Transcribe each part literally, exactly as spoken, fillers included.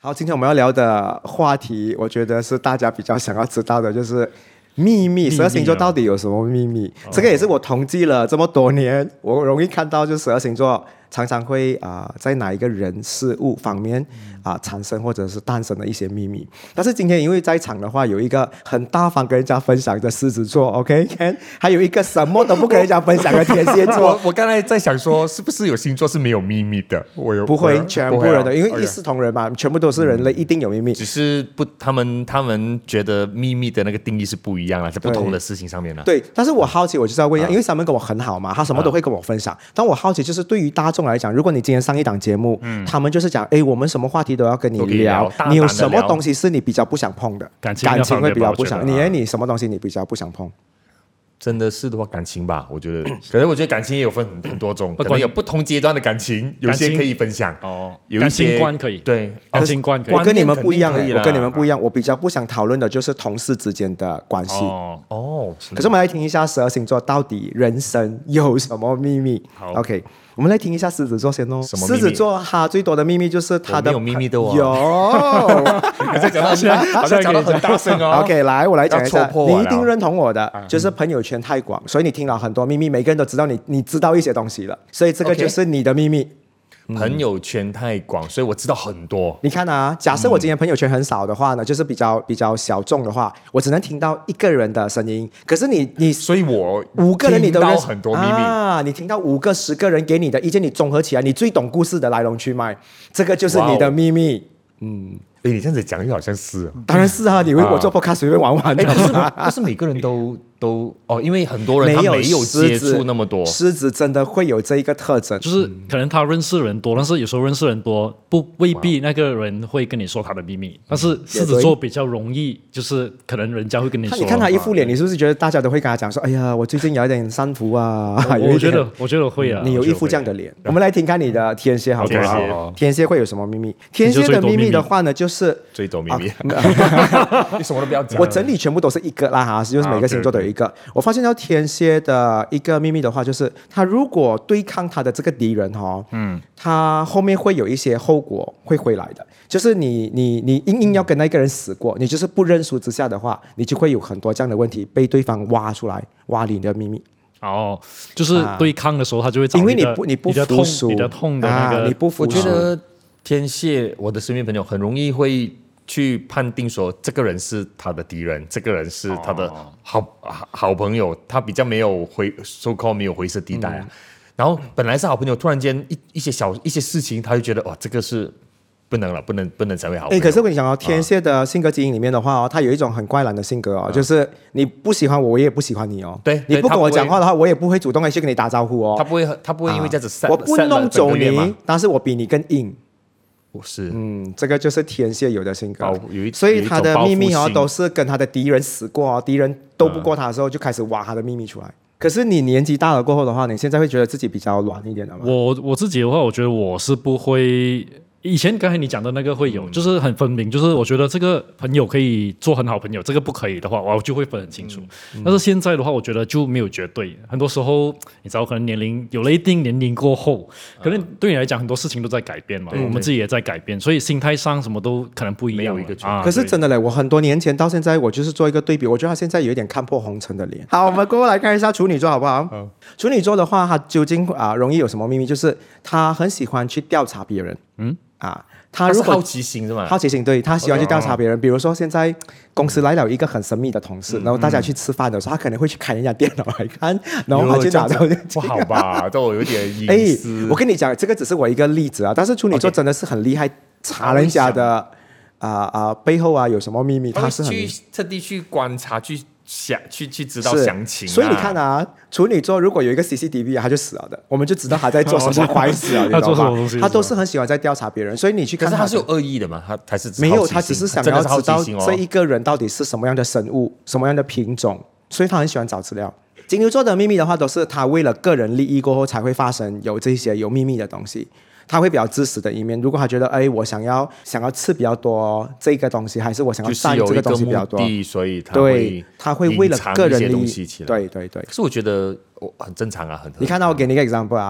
好，今天我们要聊的话题，我觉得是大家比较想要知道的，就是秘密。十二星座到底有什么秘密？哦、这个也是我统计了这么多年，我容易看到，就十二星座常常会啊、呃，在哪一个人事物方面啊、呃、产生或者是诞生的一些秘密。但是今天因为在场的话，有一个很大方跟人家分享的狮子座 ，OK， 还有一个什么都不跟人家分享的天蝎座。 我我刚才在想说，是不是有星座是没有秘密的？我有不会，全部人的，因为一视同仁嘛，全部都是人类，一定有秘密。 只是不，他们他们觉得秘密的那个定义是不一样了，在不同的事情上面呢。 对，但是我好奇，我就是要问一下，因为Simon跟我很好嘛，他什么都会跟我分享。但我好奇，就是对于大众来讲，如果你今天上一档节目，嗯、他们就是讲，哎，我们什么话题都要跟你聊，你有什么东西是你比较不想碰的？ 感情， 感情会比较不想。你你什么东西你比较不想碰？ 真的是的话，感情吧，我觉得。可是我觉得感情也有分很很多种，可能有不同阶段的感情，有些可以分享哦。 有感情观可以， 对， 感情观可以。 我跟你们不一样，我跟你们不一样，我比较不想讨论的就是同事之间的关系。 哦哦。 可是我们来听一下十二星座到底人生有什么秘密 ？OK。我们来听一下狮子座先哦。狮子座他最多的秘密就是他的没有秘密的哦。 有， 你在讲到好像讲到很大声哦。 OK， 来，我来讲一下，你一定认同我的， 嗯、 就是朋友圈太广，所以你听了很多秘密，每个人都知道你，你知道一些东西了，所以这个就是你的秘密。Okay. 朋友圈太广，所以我知道很多。 你看啊，假设我今天朋友圈很少的话呢，嗯、就是比较比较小众的话，我只能听到一个人的声音。可是你你， 所以我五个人你都认识很多秘密啊，你听到五个十个人给你的意见，你综合起来，你最懂故事的来龙去脉，这个就是你的秘密。嗯。 哎，你这样子讲又好像是、啊， 当然是啊！你以为我做 podcast 随便玩玩的吗？不是每个人都都哦，因为很多人他没有接触那么多。 狮子真的会有这一个特征， 就是可能他认识人多，但是有时候认识人多不未必那个人会跟你说他的秘密。但是狮子座比较容易，就是可能人家会跟你说。 你看他一副脸，你是不是觉得大家都会跟他讲说：“哎呀，我最近有一点三伏啊。” 我觉得，我觉得会啊。 你有一副这样的脸。我们来听看你的天蝎好不好？天蝎会有什么秘密？天蝎的秘密的话呢，就是。 是最多秘密，啊、你什么都不要讲。 我整理全部都是一个啦哈，就是每个星座都有一个。啊、對對對我发现到天蝎的一个秘密的话，就是他如果对抗他的这个敌人哈，嗯，他后面会有一些后果会回来的。就是你你你硬硬要跟那个人死过，你就是不认输之下的话，你就会有很多这样的问题被对方挖出来，挖你的秘密。 哦，就是对抗的时候，他就会找因为你不你不服输， 你的痛的那个， 啊、你不服输。 我觉得天蝎，我的身边朋友很容易会。去判定说这个人是他的敌人，这个人是他的好、哦、好朋友，他比较没有灰 so called 没有灰色地带啊。嗯、然后本来是好朋友，突然间一一些小一些事情，他就觉得哇，这个是不能了，不能不能成为好朋友。 可是我跟你讲哦，天蝎的性格基因里面的话哦，他有一种很怪懒的性格哦，嗯、就是你不喜欢我，我也不喜欢你哦。 对， 你不跟我讲话的话，我也不会主动的去跟你打招呼哦。 他不会，他不会因为这样子、啊， 我不弄走你，但是我比你更硬。 是， 嗯，这个就是天蝎有的性格， 有所以他的秘密哦，都是跟他的敌人死过哦，敌人斗不过他的时候，就开始挖他的秘密出来。可是你年纪大了过后的话，你现在会觉得自己比较软一点的吗？ 我我自己的话，我觉得我是不会。以前刚才你讲的那个会有，嗯、就是很分明，就是我觉得这个朋友可以做很好朋友，这个不可以的话，我就会分很清楚。嗯、但是现在的话，我觉得就没有绝对。很多时候，你知道，可能年龄有了一定年龄过后，可能对你来讲，很多事情都在改变嘛，嗯、我们自己也在改变，所以心态上什么都可能不一样。 没有一个啊， 可是真的嘞，我很多年前到现在，我就是做一个对比，我觉得他现在有一点看破红尘的脸。好，我们过来看一下处女座好不好？嗯、处女座的话，他究竟啊、呃、容易有什么秘密？就是他很喜欢去调查别人。嗯啊。 他如果好奇心是吗？ 好奇心，对，他喜欢去调查别人。比如说，现在公司来了一个很神秘的同事，嗯、然后大家去吃饭的时候，他可能会去开人家电脑来看，然后他去拿到。 不好吧？都有点隐私。 哎，我跟你讲，这个只是我一个例子啊。但是处女座真的是很厉害，查人家的啊啊、呃、背后啊有什么秘密，他是很去特地去观察去。想去去知道详情、啊， 所以你看啊，处女座如果有一个 C C T V 啊，他就死了的，我们就知道他在做什么坏事啊， 他做什么东西？ 他都是很喜欢在调查别人，所以你去看他， 可是他是有恶意的吗？他还是没有，他只是想要知道这一个人到底是什么样的生物，什么样的品种，所以他很喜欢找资料。金牛座的秘密的话，都是他为了个人利益过后才会发生有这些有秘密的东西。他会比较自私的一面，如果他觉得哎，我想要想要吃比较多这个东西，还是我想要占这个东西比较多， 所以他对他会为了个人利益，对对对。 可是我觉得我很正常啊，很你看到我给你一个 example 啊，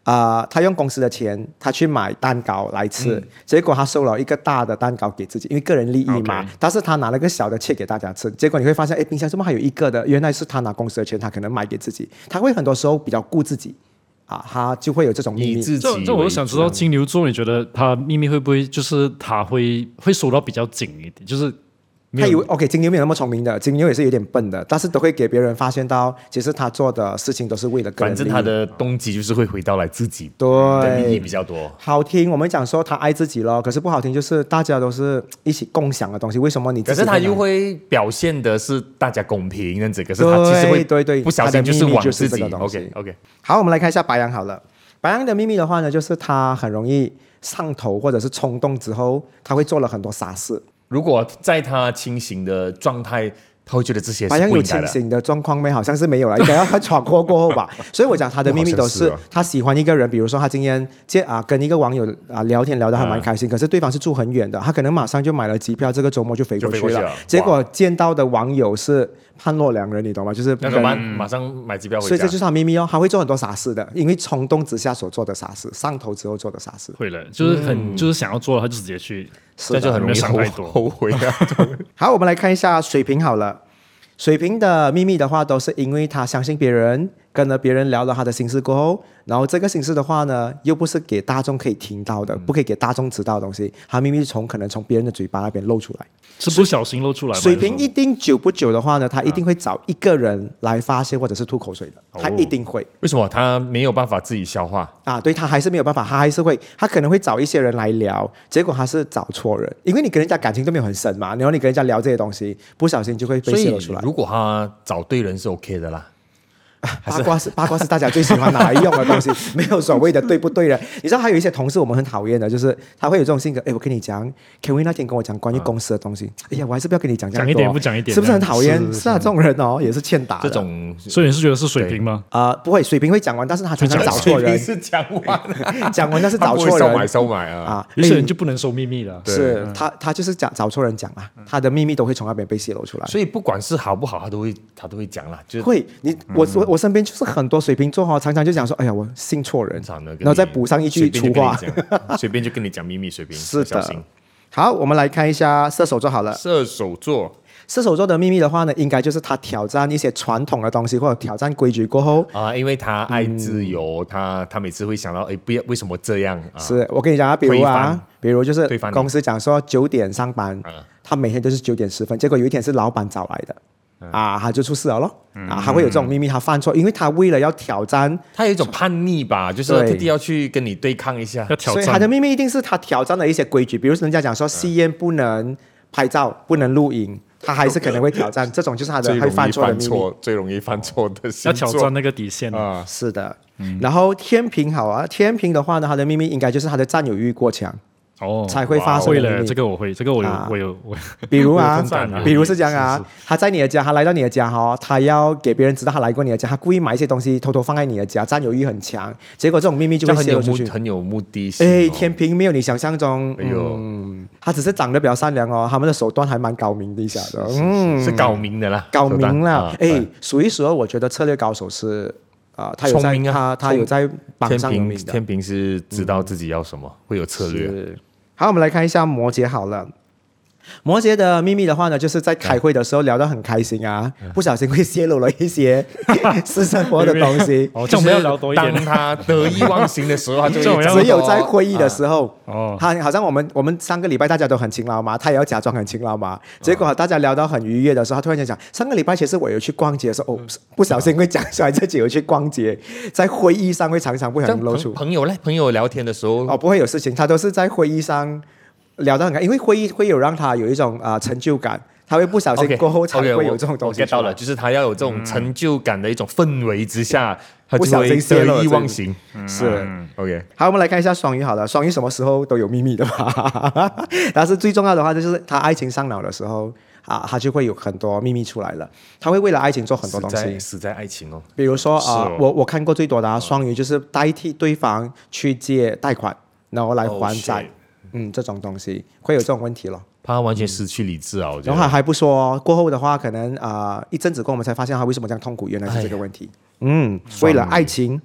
啊、呃，他用公司的钱，他去买蛋糕来吃，嗯、结果他收了一个大的蛋糕给自己，因为个人利益嘛。Okay. 但是他拿了个小的切给大家吃，结果你会发现，哎，冰箱怎么还有一个的？原来是他拿公司的钱，他可能买给自己。他会很多时候比较顾自己啊，他就会有这种秘密。 这这我想知道金牛座，你觉得他秘密会不会就是他会会收到比较紧一点？就是。 他以为 OK， 金牛没有那么聪明的，金牛也是有点笨的，但是都会给别人发现到，其实他做的事情都是为了个人利益。 反正他的动机就是会回到来自己， 对， 利益比较多。 好听，我们讲说他爱自己咯，可是不好听就是大家都是一起共享的东西，为什么你自己？ 可是他又会表现的是大家公平这样子，可是他其实会对对， 不小心就是往自己。 OK OK， 好，我们来看一下白羊好了。白羊的秘密的话呢，就是他很容易上头或者是冲动之后，他会做了很多傻事。 如果在他清醒的状态，他会觉得这些是不应该的。好像有清醒的状况没，好像是没有了，应该要他闯祸过后吧。所以我讲他的秘密都是他喜欢一个人，比如说他今天接啊跟一个网友啊聊天聊得还蛮开心，啊、可是对方是住很远的，他可能马上就买了机票，这个周末就飞过去了。去了结果见到的网友是判若两人，你懂吗？就是那怎么办？马上买机票回家。 所以这就是他秘密哦，他会做很多傻事的，因为冲动之下所做的傻事，上头之后做的傻事。 会了，就是很、嗯、就是想要做，他就直接去。 这就很容易后悔啊！ 好，我们来看一下水瓶好了。水瓶的秘密的话，都是因为他相信别人，跟了别人聊了他的心事过后，然后这个心事的话呢，又不是给大众可以听到的，嗯、不可以给大众知道的东西，他秘密是从可能从别人的嘴巴那边露出来， 是不小心露出来。 水瓶一定久不久的话呢，他一定会找一个人来发泄或者是吐口水的，啊、他一定会。 为什么他没有办法自己消化啊？对，他还是没有办法，他还是会，他可能会找一些人来聊，结果他是找错人，因为你跟人家感情都没有很深嘛，然后你跟人家聊这些东西，不小心就会被泄露出来。 如果他找对人是 OK 的啦。 八卦是八卦是大家最喜欢拿来用的东西，没有所谓的对不对的。你知道还有一些同事我们很讨厌的，就是他会有这种性格。哎，我跟你讲 ，Kevin 那天跟我讲关于公司的东西，哎呀，我还是不要跟你讲这样多， 讲一点不讲一点， 是不是很讨厌？是, 是啊，这种人哦也是欠打的。 这种， 所以你是觉得是水瓶吗？ 啊、呃，不会，水瓶会讲完，但是他常常找错人。 是讲完， 讲完但是找错人， 收买收买啊啊！ 有些人就不能收秘密了。 是、 嗯、 他他就是讲找错人讲啊，他的秘密都会从那边被泄露出来。 所以不管是好不好，他都会他都会讲啦。就是会你我我我身边就是很多。水瓶座哈，常常就讲说，哎呀，我信错人，然后再补上一句粗话， 随便就跟你讲秘密，水瓶是的。好，我们来看一下射手座好了。 射手座， 射手座的秘密的话呢，应该就是他挑战一些传统的东西或者挑战规矩过后啊，因为他爱自由，嗯、他他每次会想到，哎，不要为什么这样？啊、 是我跟你讲啊，比如啊，比如就是公司讲说九点上班，啊、他每天都是九点十分，结果有一天是老板找来的。啊，他就出事了咯。嗯、啊，他会有这种秘密，他犯错，因为他为了要挑战， 他有一种叛逆吧，就是特地要去跟你对抗一下， 要挑战。 所以他的秘密一定是他挑战了一些规矩，比如人家讲说吸烟不能拍照，不能录影，他还是可能会挑战。这种就是他的会犯错的秘密， 最容易犯错的星座， 要挑战那个底线啊。 是的，嗯、然后天平好啊，天平的话呢，他的秘密应该就是他的占有欲过强。 哦， 才会发生的秘密。 这个我会，这个我有，啊、我有，我有。 比如啊， 啊比如是这样啊，是是他在你的家，他来到你的家哈、哦，他要给别人知道他来过你的家，他故意买一些东西偷偷放在你的家，占有欲很强，结果这种秘密就会泄露出去， 很有目的性、哦。 哎，天平没有你想象中， 哎呦， 嗯，他只是长得比较善良哦，他们的手段还蛮高明的一下的， 嗯，是高明的啦， 高明啦。哎、啊，数一数二，我觉得策略高手是。啊、呃，他有在， 啊、 他他有在榜上有名的。 天平是知道自己要什么，嗯、会有策略。 好，我们来看一下摩羯好了。摩羯的秘密的话呢，就是在开会的时候聊得很开心啊，嗯、不小心会泄露了一些私生活的东西。 哦，这我们要聊多一点。 当他得意忘形的时候，他就只有在会议的时候，哦，他好像我们我们上个礼拜大家都很勤劳嘛，他也要假装很勤劳嘛。结果大家聊到很愉悦的时候，他突然间讲，上个礼拜其实我有去逛街的时候，哦，不小心会讲出来自己有去逛街，在会议上会常常不小心露出。 朋友嘞，朋友聊天的时候， 哦，不会有事情，他都是在会议上。聊得很开，因为会议会有让他有一种啊、呃、成就感，他会不小心过后才会有这种东西。 我 get 到了，就是他要有这种成就感的一种氛围之下，他就会得意忘形。 是、 嗯、，OK。 好，我们来看一下双鱼好了，双鱼什么时候都有秘密的嘛，但是最重要的话就是他爱情上脑的时候啊，他就会有很多秘密出来了。他会为了爱情做很多东西， 死在死在爱情哦。 比如说啊、呃哦，我我看过最多的啊，双鱼就是代替对方去借贷款，然后来还债。Oh, 嗯，这种东西会有这种问题咯， 怕他完全失去理智啊！我觉得。 然后还不说，过后的话，可能啊、呃、一阵子过后，我们才发现他为什么这样痛苦，原来是这个问题。嗯，为了爱情，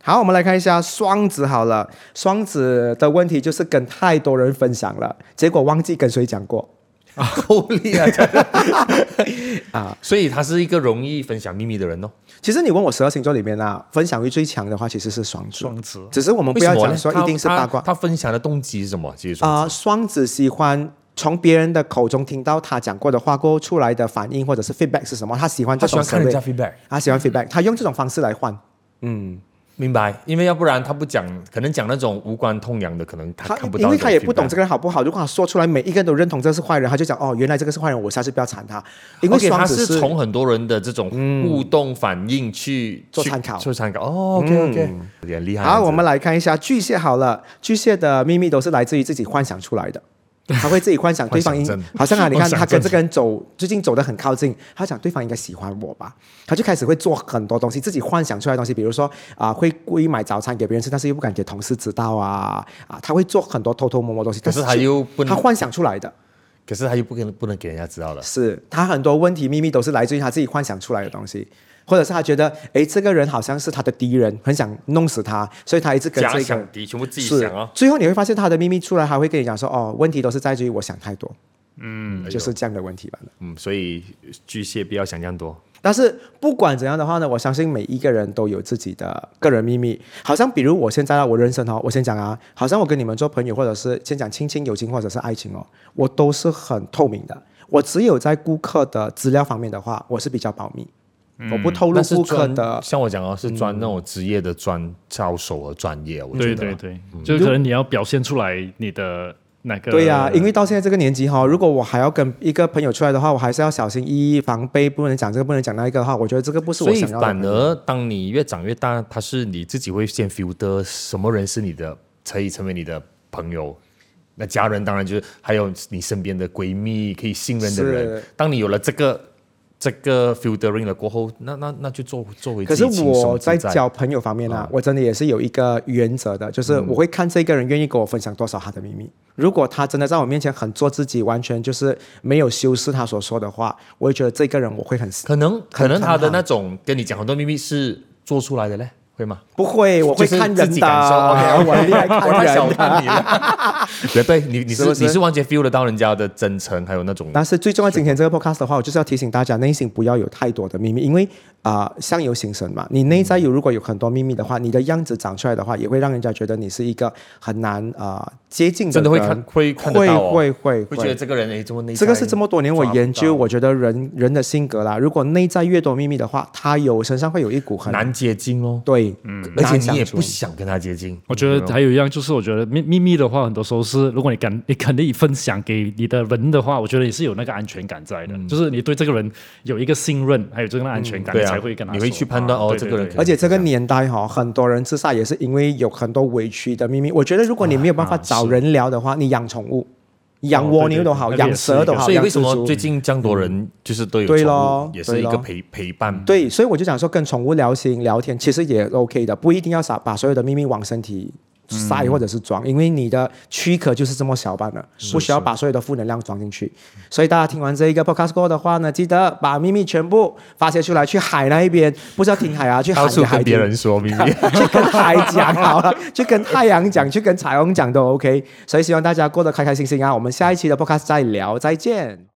好，我们来看一下双子好了。双子的问题就是跟太多人分享了，结果忘记跟谁讲过。 够厉害啊！所以他是一个容易分享秘密的人哦。 其实你问我十二星座里面啊，分享欲最强的话，其实是双子。 双子， 只是我们不要讲说一定是八卦。 他, 他, 他分享的动机是什么？其实啊、呃，双子喜欢从别人的口中听到他讲过的话过后出来的反应或者是 feedback 是什么，他喜欢这种。 他喜欢看人家 feedback， 他喜欢 feedback， 他用这种方式来换。嗯。 明白，因为要不然他不讲，可能讲那种无关痛痒的，可能他看不到。 因为他也不懂这个人好不好。如果他说出来，每一个人都认同这是坏人，他就讲哦，原来这个是坏人，我下次不要缠他。因为双子 okay, 他是从很多人的这种互动反应去、 嗯、做参考， 做参考。哦 ，OK OK，、嗯、有点厉害。 好，我们来看一下巨蟹好了，巨蟹的秘密都是来自于自己幻想出来的。他会自己幻想对方应好像啊，你看他跟这个人走，最近走得很靠近，他想对方应该喜欢我吧，他就开始会做很多东西，自己幻想出来的东西，比如说啊、呃，会故意买早餐给别人吃，但是又不敢给同事知道啊啊，他会做很多偷偷摸摸的东西， 可是他又不能， 他幻想出来的， 可是他又不能不能给人家知道了， 是他很多问题秘密都是来自于他自己幻想出来的东西。或者是他觉得，哎，这个人好像是他的敌人，很想弄死他，所以他一直跟这个假想敌全部自己想啊。 最后你会发现他的秘密出来，他会跟你讲说，哦，问题都是在于我想太多， 嗯， 就是这样的问题吧。 嗯，所以巨蟹不要想这样多。 但是不管怎样的话呢，我相信每一个人都有自己的个人秘密。好像比如我现在我人生哦，我先讲啊，好像我跟你们做朋友，或者是先讲亲情、友情或者是爱情哦，我都是很透明的。我只有在顾客的资料方面的话，我是比较保密。嗯、我不透露顾客的， 像我讲哦，是专那种职业的专招手和专业，我觉得对对对，嗯、就是可能你要表现出来你的那个。 对呀、啊，因为到现在这个年纪哈，如果我还要跟一个朋友出来的话，我还是要小心翼翼防备，不能讲这个，不能讲那一个的话，我觉得这个不是我想要的。 所以反而当你越长越大，他是你自己会先 filter 什么人是你的，可以成为你的朋友。那家人当然就是还有你身边的闺蜜可以信任的人。当你有了这个。这个 filtering 了过后，那那那就做做回自己轻松自在。 可是我在交朋友方面啊，嗯、我真的也是有一个原则的，就是我会看这个人愿意跟我分享多少他的秘密。如果他真的在我面前很做自己，完全就是没有修饰他所说的话，我会觉得这个人我会很可能可能他的那种跟你讲很多秘密是做出来的嘞。会吗？ 不会，我会看人的。 自己感受 OK， 我很厉害看人的。 我太小看你了。对对，你你是, 是, 是你是完全 feel 得到人家的真诚，还有那种。 但是最重要，今天这个 podcast 的话，我就是要提醒大家，内心不要有太多的秘密，因为啊，相由心生嘛。你内在有如果有很多秘密的话，你的样子长出来的话，也会让人家觉得你是一个很难啊、呃、接近的人。 真的会看会看得到、哦， 会会会会觉得这个人哎，这么内在。 这个是这么多年我研究，我觉得人人的性格啦，如果内在越多秘密的话，他有身上会有一股很难接近哦。 对， 嗯，而且。你也不想跟他接近。 我觉得还有一样就是，我觉得秘秘密的话，很多时候是，如果你敢你肯定分享给你的人的话，我觉得你是有那个安全感在的，嗯、就是你对这个人有一个信任，还有这个安全感， 嗯、 你才会跟他说。 你会去判断、啊、哦，这个人。 而且这个年代哈、哦，很多人自杀也是因为有很多委屈的秘密。我觉得如果你没有办法找人聊的话，啊、你养宠物。养蜗牛都好，养、哦、蛇都好， 所以为什么最近这样多人就是都有宠物，也是一个陪陪伴。 对，所以我就讲说，跟宠物聊心聊天，其实也 OK 的，不一定要把所有的秘密往身体塞或者是装，嗯、因为你的躯壳就是这么小般的，不需要把所有的负能量装进去。所以大家听完这一个 podcast 过后的话呢，记得把秘密全部发泄出来，去海那一边，不是要听海啊，去到处跟别人说秘密， 去跟海讲好了，去跟太阳讲，去跟彩虹讲都 OK。所以希望大家过得开开心心啊！我们下一期的 podcast 再聊，再见。